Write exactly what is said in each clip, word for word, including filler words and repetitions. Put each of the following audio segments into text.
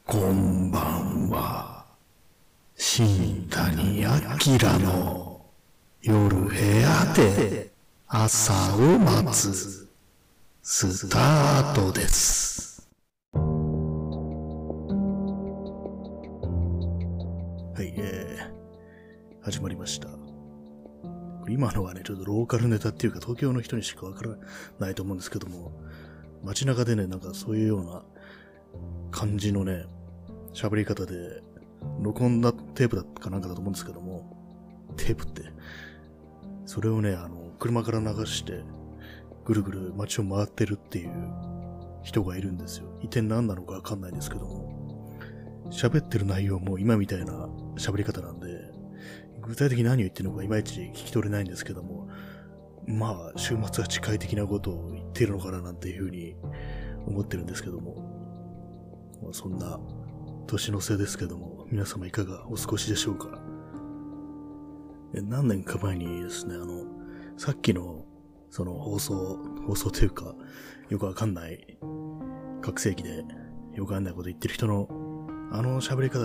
こんばんは。新谷明の夜部屋で朝を待つスタートです。 はい、えー、始まりました。今のはね、ちょっとローカルネタっていうか東京の人にしかわからないと思うんですけども、街中でね、なんかそういうような感じのね、喋り方で、録音だ、テープだかなんかだと思うんですけども、テープって、それをね、あの、車から流して、ぐるぐる街を回ってるっていう人がいるんですよ。一体何なのかわかんないですけども、喋ってる内容も今みたいな喋り方なんで、具体的に何を言ってるのかいまいち聞き取れないんですけども、まあ、週末は近い的なことを言ってるのかななんていうふうに思ってるんですけども、まあ、そんな年の瀬ですけども、皆様いかがお過ごしでしょうか。え何年か前にですね、あの、さっきのその放送、放送というか、よくわかんない、拡声器でよくわかんないこと言ってる人の、あの喋り方って、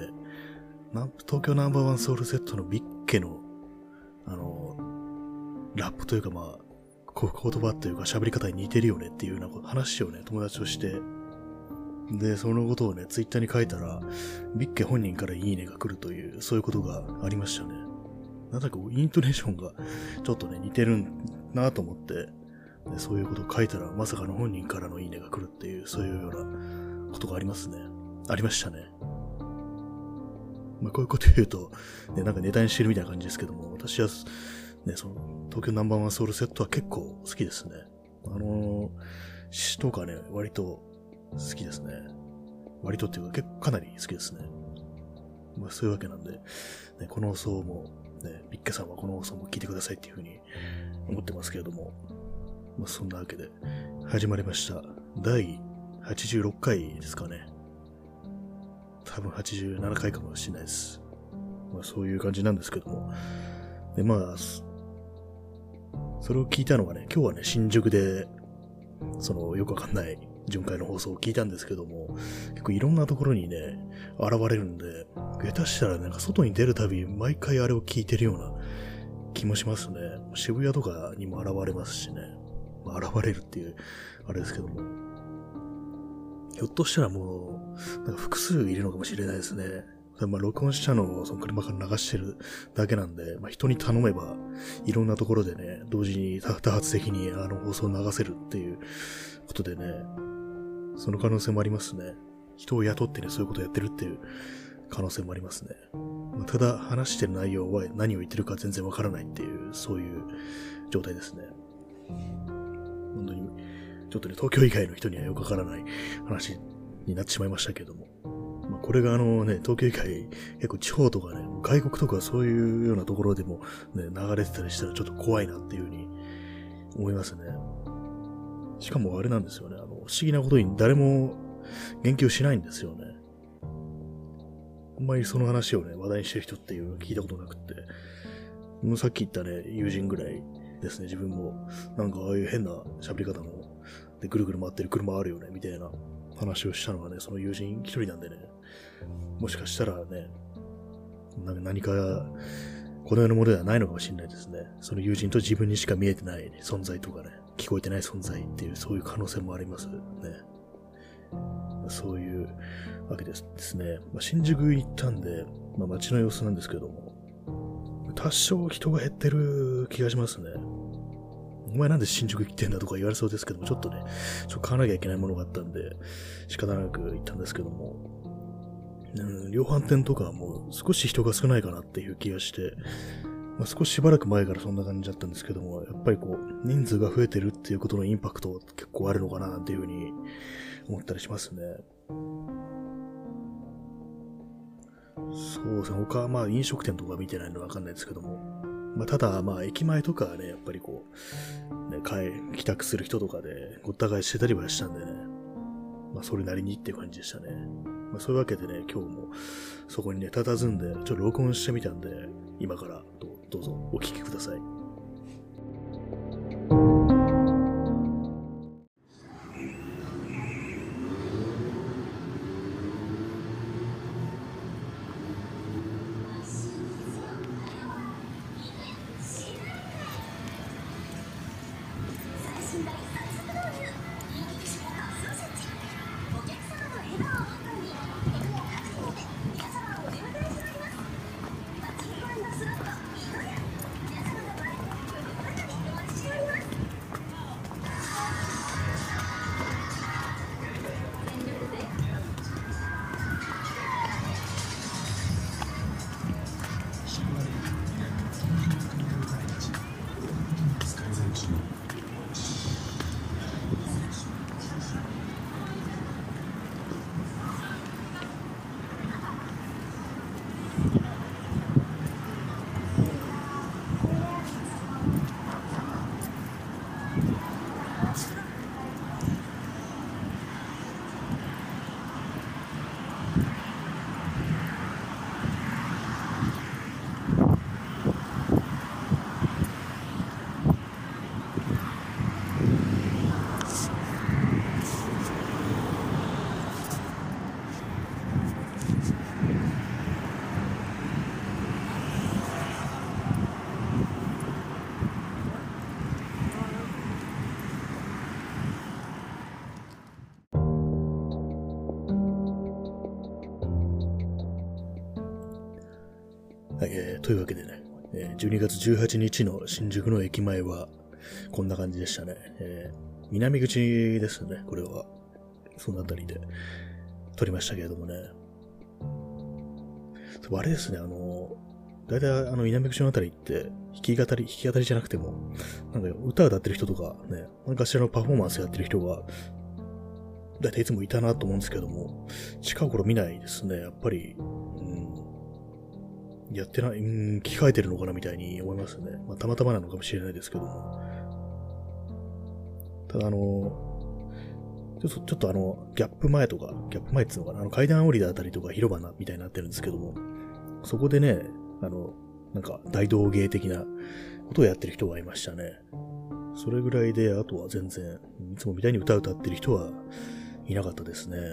な東京ナンバーワンソウルセットのビッケの、あの、ラップというかまあ、こ言葉というか喋り方に似てるよねっていうような話をね、友達として、で、そのことをね、ツイッターに書いたら、ビッケ本人からいいねが来るという、そういうことがありましたね。なんだかイントネーションがちょっとね、似てるなと思って、でそういうことを書いたら、まさかの本人からのいいねが来るっていう、そういうようなことがありますね。ありましたね。まあ、こういうこと言うと、ね、なんかネタにしてるみたいな感じですけども、私は、ね、その、東京ナンバーワンソウルセットは結構好きですね。あのー、詩とかね、割と好きですね。割とっていうか、結構かなり好きですね。まあ、そういうわけなんで、ね、この放送も、ね、ビッケさんはこの放送も聞いてくださいっていうふうに思ってますけれども、まあ、そんなわけで、始まりました。だいはちじゅうろっかいですかね。多分はちじゅうななかいかもしれないです。まあそういう感じなんですけども。で、まあ、それを聞いたのはね、今日はね、新宿で、その、よくわかんない巡回の放送を聞いたんですけども、結構いろんなところにね、現れるんで、下手したらなんか外に出るたび、毎回あれを聞いてるような気もしますね。渋谷とかにも現れますしね。まあ、現れるっていう、あれですけども。ひょっとしたらもう、なんか複数いるのかもしれないですね。まあ、録音したのをその車から流してるだけなんで、まあ、人に頼めば、いろんなところでね、同時に多発的にあの放送を流せるっていうことでね、その可能性もありますね。人を雇ってね、そういうことをやってるっていう可能性もありますね。まあ、ただ、話してる内容は何を言ってるか全然わからないっていう、そういう状態ですね。本当に、ちょっとね、東京以外の人にはよくわからない話になってしまいましたけども。まあ、これがあのね、東京以外、結構地方とかね、外国とかそういうようなところでもね、流れてたりしたらちょっと怖いなっていうふうに思いますね。しかもあれなんですよね、あの、不思議なことに誰も言及しないんですよね。あんまりその話をね、話題にしてる人っていうのを聞いたことなくって、さっき言ったね、友人ぐらいですね、自分も、なんかああいう変な喋り方の、で、ぐるぐる回ってる車あるよね、みたいな話をしたのがね、その友人一人なんでね、もしかしたらね、何か、この世のものではないのかもしれないですね。その友人と自分にしか見えてない存在とかね、聞こえてない存在っていう、そういう可能性もありますね。そういうわけですですね。まあ、新宿行ったんで、まあ、街の様子なんですけども、多少人が減ってる気がしますね。お前なんで新宿行ってんだとか言われそうですけども、ちょっとね、ちょっと買わなきゃいけないものがあったんで、仕方なく行ったんですけども、うん、量販店とかはもう少し人が少ないかなっていう気がして、まあ、少ししばらく前からそんな感じだったんですけども、やっぱりこう、人数が増えてるっていうことのインパクト結構あるのかななんていうふうに思ったりしますね。そうですね、他はまあ飲食店とか見てないのわかんないですけども、まあ、ただまあ駅前とかはね、やっぱりこう、ね、帰、帰宅する人とかでごった返してたりはしたんでね、まあそれなりにっていう感じでしたね。まあ、そういうわけでね、今日もそこにね、佇んで、ちょっと録音してみたんで、今からどう、どうぞお聞きください。 はい、えー、というわけでね、えー、じゅうにがつじゅうはちにちの新宿の駅前はこんな感じでしたね。えー、南口ですね、これは。そのあたりで撮りましたけれどもね。あれですね、あの、だいたいあの南口のあたりって弾き語り、弾き語りじゃなくても、なんか歌歌ってる人とかね、何かしらのパフォーマンスやってる人が、だいたいいつもいたなと思うんですけども、近頃見ないですね、やっぱり、うん、やってない、うん、機械えてるのかなみたいに思いますね。まあ、たまたまなのかもしれないですけども。ただあの、ちょっと、ちょっとあの、ギャップ前とか、ギャップ前っていうのかな、あの階段降りたあたりとか広場な、みたいになってるんですけども、そこでね、あの、なんか大道芸的なことをやってる人がいましたね。それぐらいで、あとは全然、いつもみたいに歌を歌ってる人はいなかったですね。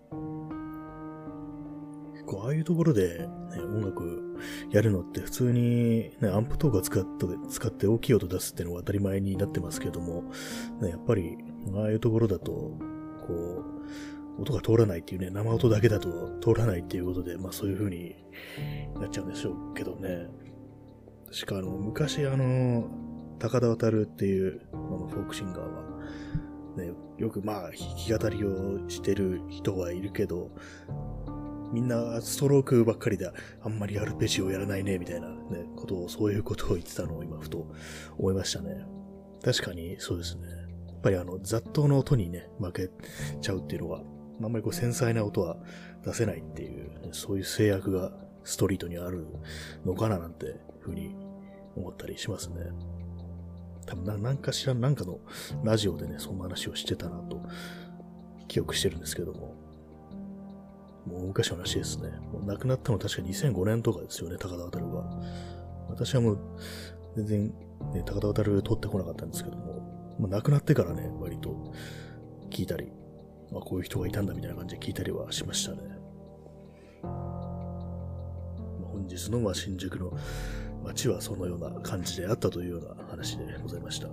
こうああいうところで、ね、音楽やるのって普通に、ね、アンプとか使って、使って大きい音出すっていうのが当たり前になってますけども、ね、やっぱり、ああいうところだと、こう、音が通らないっていうね、生音だけだと通らないっていうことで、まあそういう風になっちゃうんでしょうけどね。確かあの、昔あの、高田渡っていうあのフォークシンガーは、ね、よくまあ弾き語りをしてる人はいるけど、みんなストロークばっかりであんまりアルペジオやらないねみたいな、ね、ことを、そういうことを言ってたのを今ふと思いましたね。確かにそうですね。やっぱりあの雑踏の音にね、負けちゃうっていうのは、あんまりこう繊細な音は出せないっていう、ね、そういう制約がストリートにあるのかななんてふうに思ったりしますね。多分な、なんかしらなんかのラジオでね、そんな話をしてたなと記憶してるんですけども、もう昔の話ですね。もう亡くなったの確かにせんごねんとかですよね、高田渡が。私はもう全然、ね、高田渡取ってこなかったんですけども、まあ、亡くなってからね、割と聞いたり、まあ、こういう人がいたんだみたいな感じで聞いたりはしましたね。まあ、本日のまあ新宿の街はそのような感じであったというような話でございました。ね、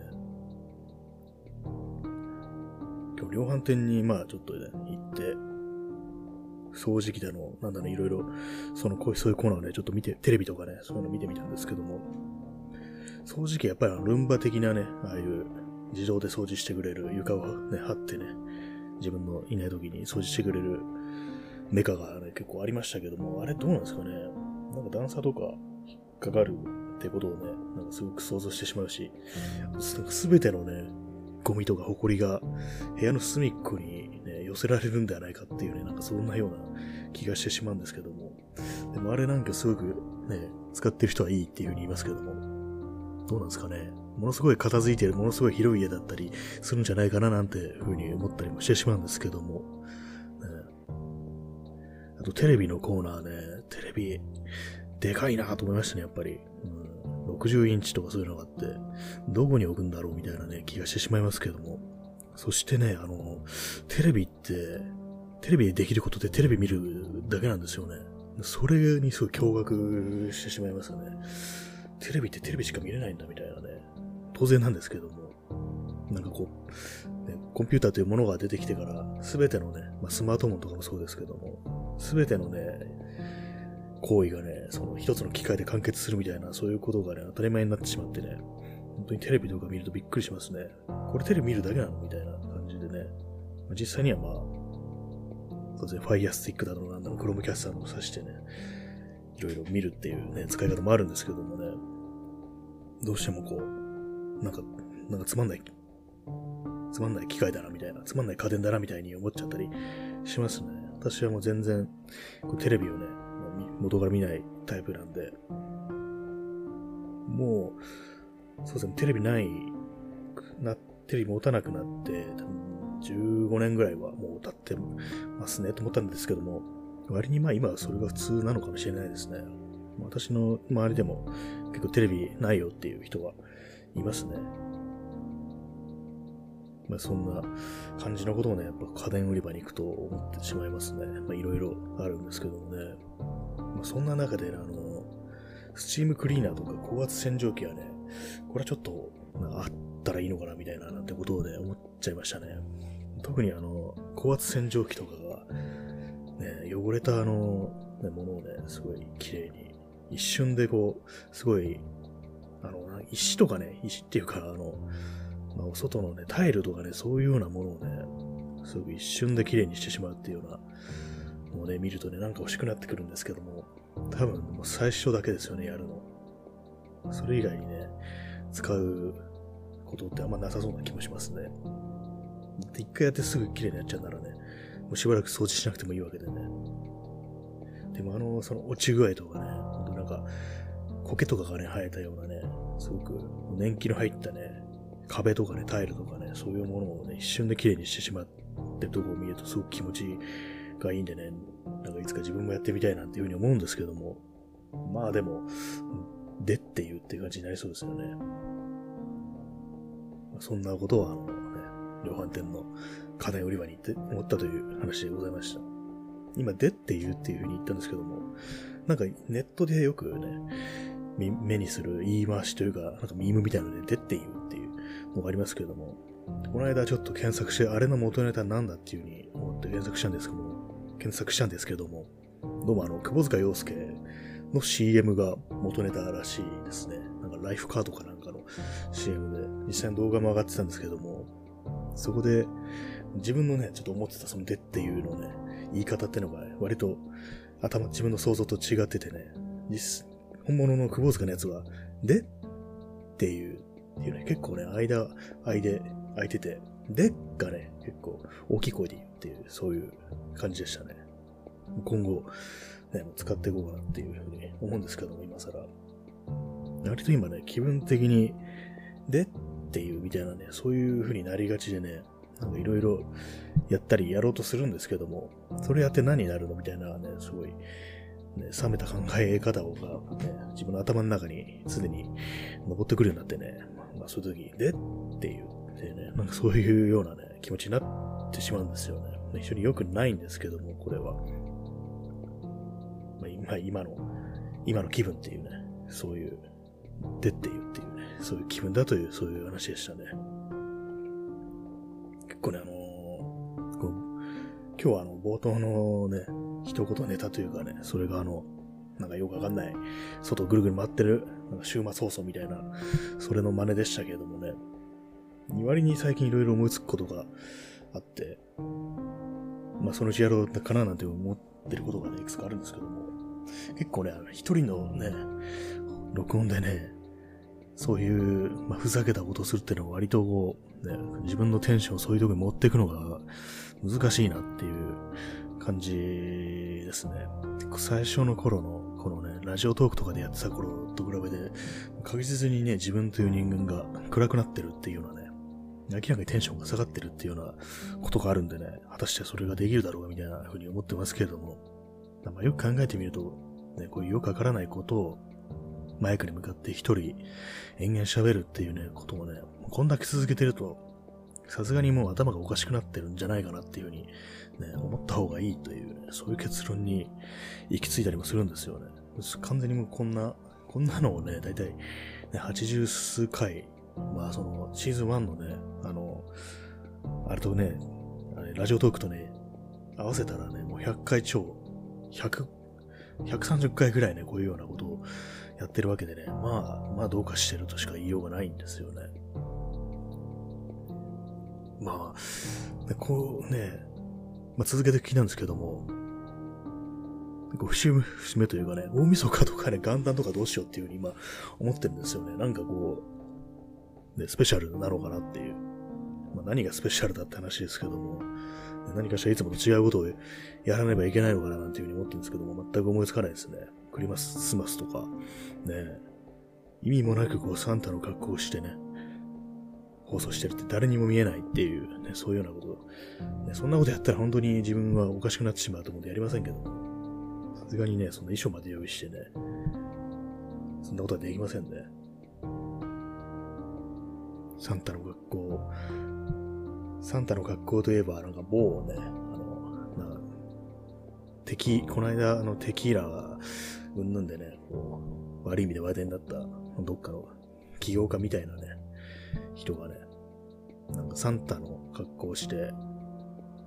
今日量販店にまあちょっとね、行って、掃除機だの、なんだね、いろいろ、その、こうそういうコーナーをね、ちょっと見て、テレビとかね、そういうの見てみたんですけども、掃除機やっぱりルンバ的なね、ああいう自動で掃除してくれる床をね、張ってね、自分のいない時に掃除してくれるメカがね、結構ありましたけども、あれどうなんですかね、なんか段差とか引っかかるってことをね、なんかすごく想像してしまうし、すべてのね、ゴミとか埃が部屋の隅っこに、ね、寄せられるんではないかっていうね、なんかそんなような気がしてしまうんですけども。でもあれなんかすごくね、使ってる人はいいっていう風に言いますけども、どうなんですかね。ものすごい片付いてる、ものすごい広い家だったりするんじゃないかななんて風に思ったりもしてしまうんですけども。ね、あとテレビのコーナーね、テレビでかいなと思いましたね、やっぱり。うんろくじゅうインチとかそういうのがあって、どこに置くんだろうみたいなね、気がしてしまいますけども。そしてね、あの、テレビって、テレビでできることってテレビ見るだけなんですよね。それにすごい驚愕してしまいますよね。テレビってテレビしか見れないんだみたいなね。当然なんですけども。なんかこう、ね、コンピューターというものが出てきてから、すべてのね、まあ、スマートフォンとかもそうですけども、すべてのね、行為がね、その一つの機械で完結するみたいな、そういうことがね、当たり前になってしまってね、本当にテレビとか見るとびっくりしますね。これテレビ見るだけなのみたいな感じでね。実際にはまあ、そうですね、ファイヤースティックだのなんだの、クロームキャスターのを挿してね、いろいろ見るっていうね、使い方もあるんですけどもね、どうしてもこう、なんか、なんかつまんない、つまんない機械だなみたいな、つまんない家電だなみたいに思っちゃったりしますね。私はもう全然、こうテレビをね、元から見ないタイプなんで、もう、そうですね、テレビない、な、テレビ持たなくなって、多分じゅうごねんぐらいはもう経ってますねと思ったんですけども、割にまあ今はそれが普通なのかもしれないですね。私の周りでも結構テレビないよっていう人はいますね。まあそんな感じのことをね、やっぱ家電売り場に行くと思ってしまいますね。まあいろいろあるんですけどもね。まあ、そんな中で、ね、あの、スチームクリーナーとか高圧洗浄機はね、これはちょっとあったらいいのかなみたいななんてことをね、思っちゃいましたね。特にあの、高圧洗浄機とかが、ね、汚れたあの、ね、ものをね、すごい綺麗に一瞬でこう、すごい、あの、石とかね、石っていうか、あの、まあ、外のね、タイルとかね、そういうようなものをね、すごく一瞬で綺麗にしてしまうっていうようなのをね、見るとね、なんか欲しくなってくるんですけども、多分もう最初だけですよね、やるの。それ以外にね、使うことってあんまなさそうな気もしますね。で一回やってすぐ綺麗になっちゃうならね、もうしばらく掃除しなくてもいいわけでね。でもあの、その落ち具合とかね、ほんとなんか、苔とかがね、生えたようなね、すごく年季の入ったね、壁とかね、タイルとかね、そういうものをね、一瞬で綺麗にしてしまってるところを見るとすごく気持ちがいいんでね、なんかいつか自分もやってみたいなっていうふうに思うんですけども、まあでも、でっていうっていう感じになりそうですよね。そんなことは、あのね、量販店の家電売り場に行って思ったという話でございました。今、でっていうっていうふうに言ったんですけども、なんかネットでよくね、目にする言い回しというか、なんかミームみたいなので、でっていうっていうのがありますけども、この間ちょっと検索して、あれの元ネタなんだっていうふうに思って検索したんですけども、検索したんですけども、どうもあの、窪塚洋介の シーエム が元ネタらしいですね。なんかライフカードかなんかの シーエム で、実際に動画も上がってたんですけども、そこで自分のね、ちょっと思ってたそのでっていうのね、言い方ってのが、ね、割と頭、自分の想像と違っててね、実本物の窪塚のやつは、でっていう、っていうね、結構ね、間、間で、空いてて、でがね、結構大きい声で言うっていう、そういう感じでしたね。今後、ね、使っていこうかなっていうふうに思うんですけども、今更。割と今ね、気分的に、でっていうみたいなね、そういう風になりがちでね、なんかいろいろやったりやろうとするんですけども、それやって何になるのみたいなね、すごい、ね、冷めた考え方が、ね、自分の頭の中に常に登ってくるようになってね、まあそういう時、でっていう、でね、なんかそういうようなね、気持ちになってしまうんですよね。非常に良くないんですけども、これは。まあ、今、今の、今の気分っていうね、そういう、でっていうっていうね、そういう気分だという、そういう話でしたね。結構ね、あのー、こう今日はあの、冒頭のね、一言ネタというかね、それがあの、なんかよくわかんない、外ぐるぐる回ってる、なんか週末放送みたいな、それの真似でしたけれどもね、割に最近いろいろ思いつくことがあって、まあそのうちやろうかななんて思ってることがね、いくつかあるんですけども、結構ね、あの一人のね、録音でね、そういう、まあ、ふざけたことをするっていうのは割とこう、ね、自分のテンションをそういうとこに持っていくのが難しいなっていう感じですね。最初の頃の、このね、ラジオトークとかでやってた頃と比べて、確実にね、自分という人間が暗くなってるっていうようなね、明らかにテンションが下がってるっていうようなことがあるんでね、果たしてそれができるだろうかみたいな風に思ってますけれども、まあ、よく考えてみると、ね、こういうよくわからないことをマイクに向かって一人延々喋るっていうね、ことをね、こんだけ続けてると、さすがにもう頭がおかしくなってるんじゃないかなっていうふうに、ね、思った方がいいという、ね、そういう結論に行き着いたりもするんですよね。完全にもうこんな、こんなのをね、だいたい、ね、はちじゅう数回、まあそのシーズンワンのね、あの、あれとね、あれラジオトークとね、合わせたらね、もうひゃっかい超、ひゃく、ひゃくさんじゅっかいぐらいね、こういうようなことをやってるわけでね、まあ、まあどうかしてるとしか言いようがないんですよね。まあ、こうね、まあ続けて聞いたんですけども、節目、節目というかね、大晦日とかね、元旦とかどうしようっていうふうに今思ってるんですよね。なんかこう、ね、スペシャルなのかなっていう。まあ何がスペシャルだって話ですけども、何かしらいつもと違うことをやらねばいけないのかななんていうふうに思ってるんですけども、全く思いつかないですね。クリスマスとか、ね、意味もなくこうサンタの格好をしてね、放送してるって誰にも見えないっていう、ね、そういうようなこと、ね、そんなことやったら本当に自分はおかしくなってしまうと思ってやりませんけども、さすがにね、その衣装まで用意してね、そんなことはできませんね。サンタの格好、サンタの格好といえば、なんか某ね、あの、なんか敵、この間、あの、テキーラが、うんぬんでね、こう、悪い意味で話題になった、どっかの起業家みたいなね、人がね、なんかサンタの格好をして、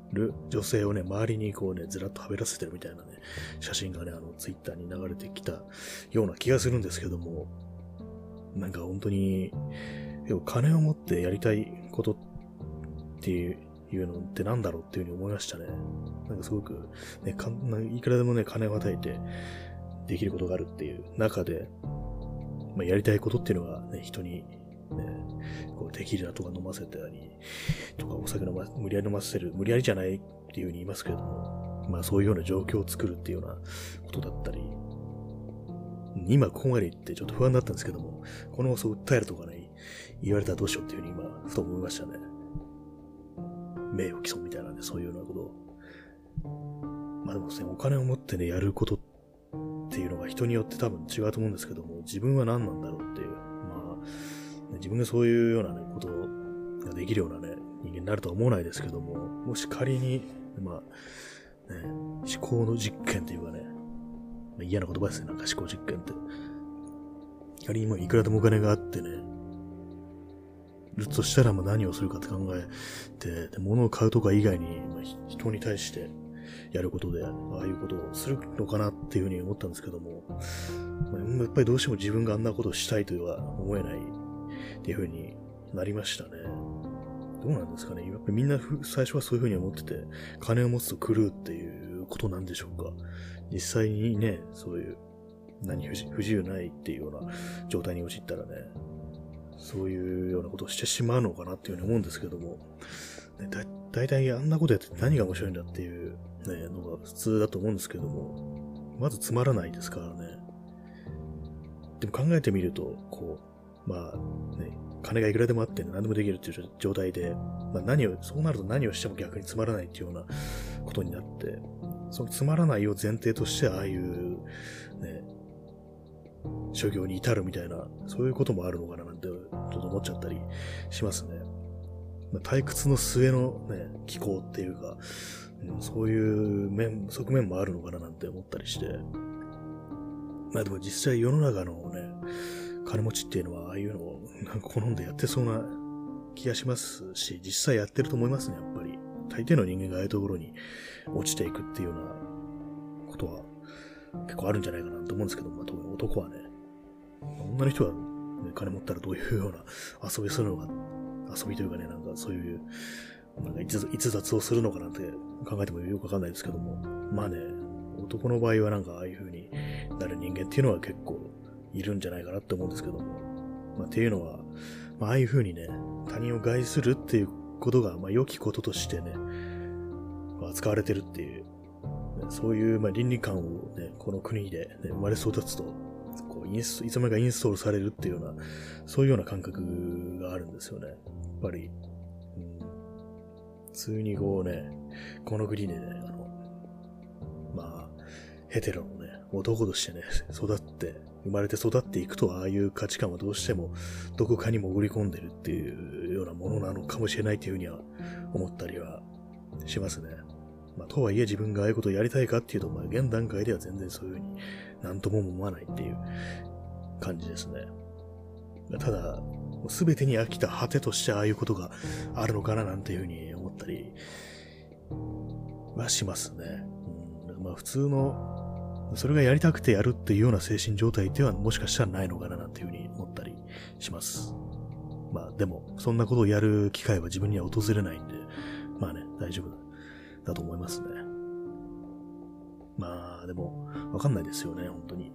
る女性をね、周りにこうね、ずらっとはべらせてるみたいなね、写真がね、あの、ツイッターに流れてきたような気がするんですけども、なんか本当に、金を持ってやりたいことっていう、いうのってなんだろうっていうふうに思いましたね。なんかすごく、ね、かいくらでもね、金を与えてできることがあるっていう中で、まあ、やりたいことっていうのがね、人に、ね、こうテキーラとか飲ませたり、とかお酒飲ま、無理やり飲ませる、無理やりじゃないっていうふうに言いますけれども、まあそういうような状況を作るっていうようなことだったり、今ここまで言ってちょっと不安だったんですけども、この放送訴えるとかね、言われたらどうしようっていうふうに今、ふと思いましたね。名誉毀損みたいなね、そういうようなことを。まあでもね、お金を持ってね、やることっていうのが人によって多分違うと思うんですけども、自分は何なんだろうっていう、まあ、ね、自分がそういうようなね、ことができるようなね、人間になるとは思わないですけども、もし仮に、まあ、ね、思考の実験っていうかね、まあ、嫌な言葉ですね、なんか思考実験って。仮にもいくらでもお金があってね、るとしたらまあ何をするかって考えて、で物を買うとか以外に、まあ、人に対してやることで、ああいうことをするのかなっていうふうに思ったんですけども、まあ、やっぱりどうしても自分があんなことをしたいとは思えないっていうふうになりましたね。どうなんですかね。やっぱりみんな最初はそういうふうに思ってて、金を持つと狂うっていうことなんでしょうか。実際にね、そういう何不自由ないっていうような状態に陥ったらね、そういうようなことをしてしまうのかなっていうふうに思うんですけども、ね、だ、だいたいあんなことやって何が面白いんだっていう、ね、のが普通だと思うんですけども、まずつまらないですからね。でも考えてみると、こう、まあね、金がいくらでもあって、ね、何でもできるっていう状態で、まあ何を、そうなると何をしても逆につまらないっていうようなことになって、そのつまらないを前提として、ああいう、ね、諸行に至るみたいな、そういうこともあるのかななんて、ちょっと思っちゃったりしますね。まあ、退屈の末のね、気候っていうか、うん、そういう面、側面もあるのかななんて思ったりして。まあでも実際世の中のね、金持ちっていうのは、ああいうのを好んでやってそうな気がしますし、実際やってると思いますね、やっぱり。大抵の人間がああいうところに落ちていくっていうようなことは結構あるんじゃないかなと思うんですけど、まあ、特に男はね、女の人は、ね、金持ったらどういうような遊びするのか、遊びというかね、なんかそういう、なんか逸脱をするのかなんて考えてもよくわかんないですけども、まあね、男の場合はなんかああいう風になる人間っていうのは結構いるんじゃないかなって思うんですけども、まあっていうのは、まあああいう風にね、他人を害するっていうことが、まあ良きこととしてね、扱われてるっていう、そういう、まあ、倫理観をね、この国で、ね、生まれ育つと、こうインスいつまでかインストールされるっていうような、そういうような感覚があるんですよね。やっぱり、うん、普通にこうね、この国でね、あの、まあ、ヘテロのね、男としてね、育って、生まれて育っていくと、ああいう価値観はどうしてもどこかに潜り込んでるっていうようなものなのかもしれないというふうには思ったりはしますね。まあ、とはいえ自分がああいうことをやりたいかっていうと、まあ、現段階では全然そういうふうになんとも思わないっていう感じですね。ただ、すべてに飽きた果てとしてああいうことがあるのかななんていうふうに思ったりはしますね。うん、まあ普通の、それがやりたくてやるっていうような精神状態ではもしかしたらないのかななんていうふうに思ったりします。まあでも、そんなことをやる機会は自分には訪れないんで、まあね、大丈夫だと思いますね。まあでも、わかんないですよね、本当に。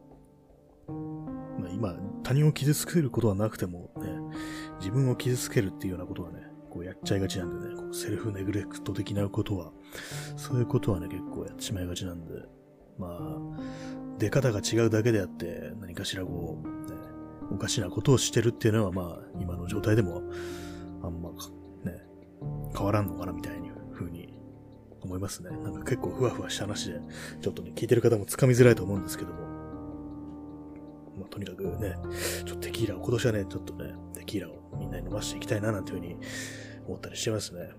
まあ、今、他人を傷つけることはなくてもね、自分を傷つけるっていうようなことはね、こうやっちゃいがちなんでね、こうセルフネグレクト的なことは、そういうことはね、結構やってしまいがちなんで、まあ、出方が違うだけであって、何かしらこう、ね、おかしなことをしてるっていうのは、まあ、今の状態でも、あんま、ね、変わらんのかなみたいな風に思いますね。なんか結構ふわふわした話で、ちょっとね、聞いてる方もつかみづらいと思うんですけども、まあ、とにかくね、ちょっとテキーラを、今年はね、ちょっとね、テキーラをみんなに飲ませていきたいな、なんていうふうに思ったりしてますね。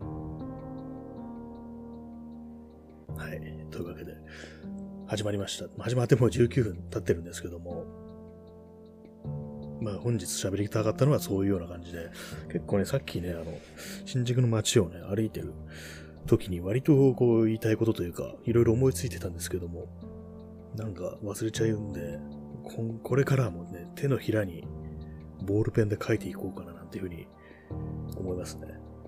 はい。というわけで、始まりました。始まってもうじゅうきゅうふん経ってるんですけども、まあ本日喋りたかったのはそういうような感じで、結構ね、さっきね、あの、新宿の街をね、歩いてる時に割とこう言いたいことというか、いろいろ思いついてたんですけども、なんか忘れちゃうんで、こんこれからはもうね、手のひらにボールペンで書いていこうかななんていうふうに思いますね。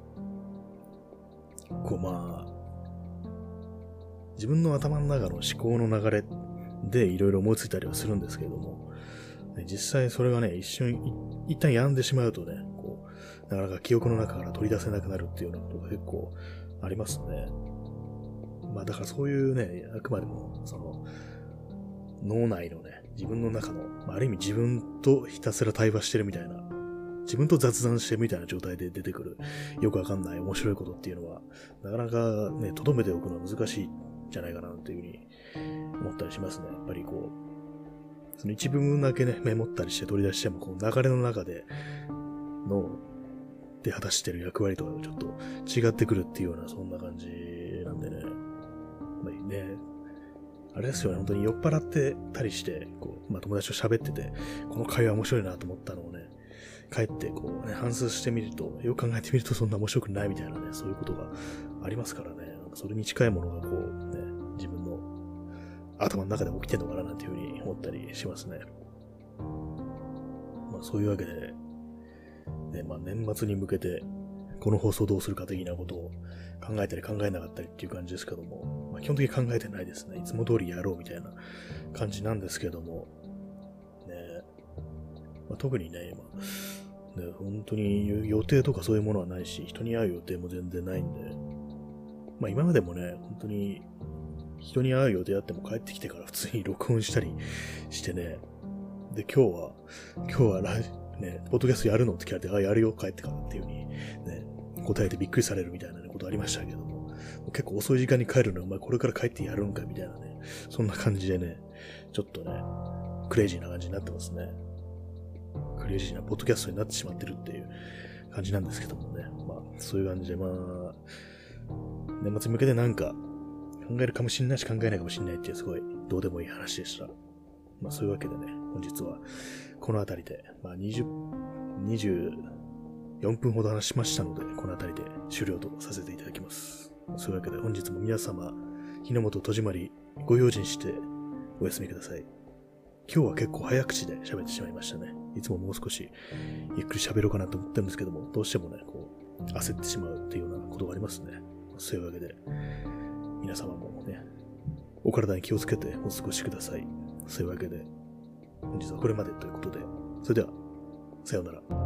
こうまあ、自分の頭の中の思考の流れでいろいろ思いついたりはするんですけれども、ね、実際それがね、一瞬、一旦病んでしまうとね、こう、なかなか記憶の中から取り出せなくなるっていうようなことが結構ありますね。まあだからそういうね、あくまでも、その、脳内のね、自分の中の、ある意味自分とひたすら対話してるみたいな、自分と雑談してるみたいな状態で出てくる、よくわかんない面白いことっていうのは、なかなかね、留めておくのは難しいんじゃないかなっていうふうに思ったりしますね。やっぱりこう、その一部分だけね、メモったりして取り出しても、こう流れの中で、脳で果たしてる役割とはちょっと違ってくるっていうような、そんな感じなんでね。まあね、あれですよね、本当に酔っ払ってたりして、こう、まあ友達と喋ってて、この会話面白いなと思ったのをね、帰ってこうね、反芻してみると、よく考えてみるとそんな面白くないみたいなね、そういうことがありますからね、なんかそれに近いものがこうね、自分の頭の中で起きてるのかななんていうふうに思ったりしますね。まあそういうわけで、ね、まあ年末に向けて、この放送どうするか的なことを考えたり考えなかったりっていう感じですけども、まあ、基本的に考えてないですね。いつも通りやろうみたいな感じなんですけども、ね、まあ、特にね、今、ね、本当に予定とかそういうものはないし、人に会う予定も全然ないんで、まあ今までもね、本当に人に会う予定あっても帰ってきてから普通に録音したりしてね、で、今日は、今日はラジね、ポッドキャストやるのって聞かれて、あ、やるよ、帰ってからっていう風に、ね、答えてびっくりされるみたいな、ね、ことありましたけども、結構遅い時間に帰るのお前これから帰ってやるんかみたいなね、そんな感じでね、ちょっとね、クレイジーな感じになってますね。クレイジーなポッドキャストになってしまってるっていう感じなんですけどもね、まあ、そういう感じで、まあ、年末に向けてなんか考えるかもしれないし考えないかもしれないっていうすごいどうでもいい話でした。まあそういうわけでね、本日はこのあたりで、まあにじゅう、にじゅうよんぷんほど話しましたので、このあたりで終了とさせていただきます。そういうわけで本日も皆様、日の本戸締まりご用心してお休みください。今日は結構早口で喋ってしまいましたね。いつももう少しゆっくり喋ろうかなと思ってるんですけども、どうしてもね、こう、焦ってしまうっていうようなことがありますね。そういうわけで、皆様もね、お体に気をつけてお過ごしください。そういうわけで、本日はこれまでということで、それでは、さようなら。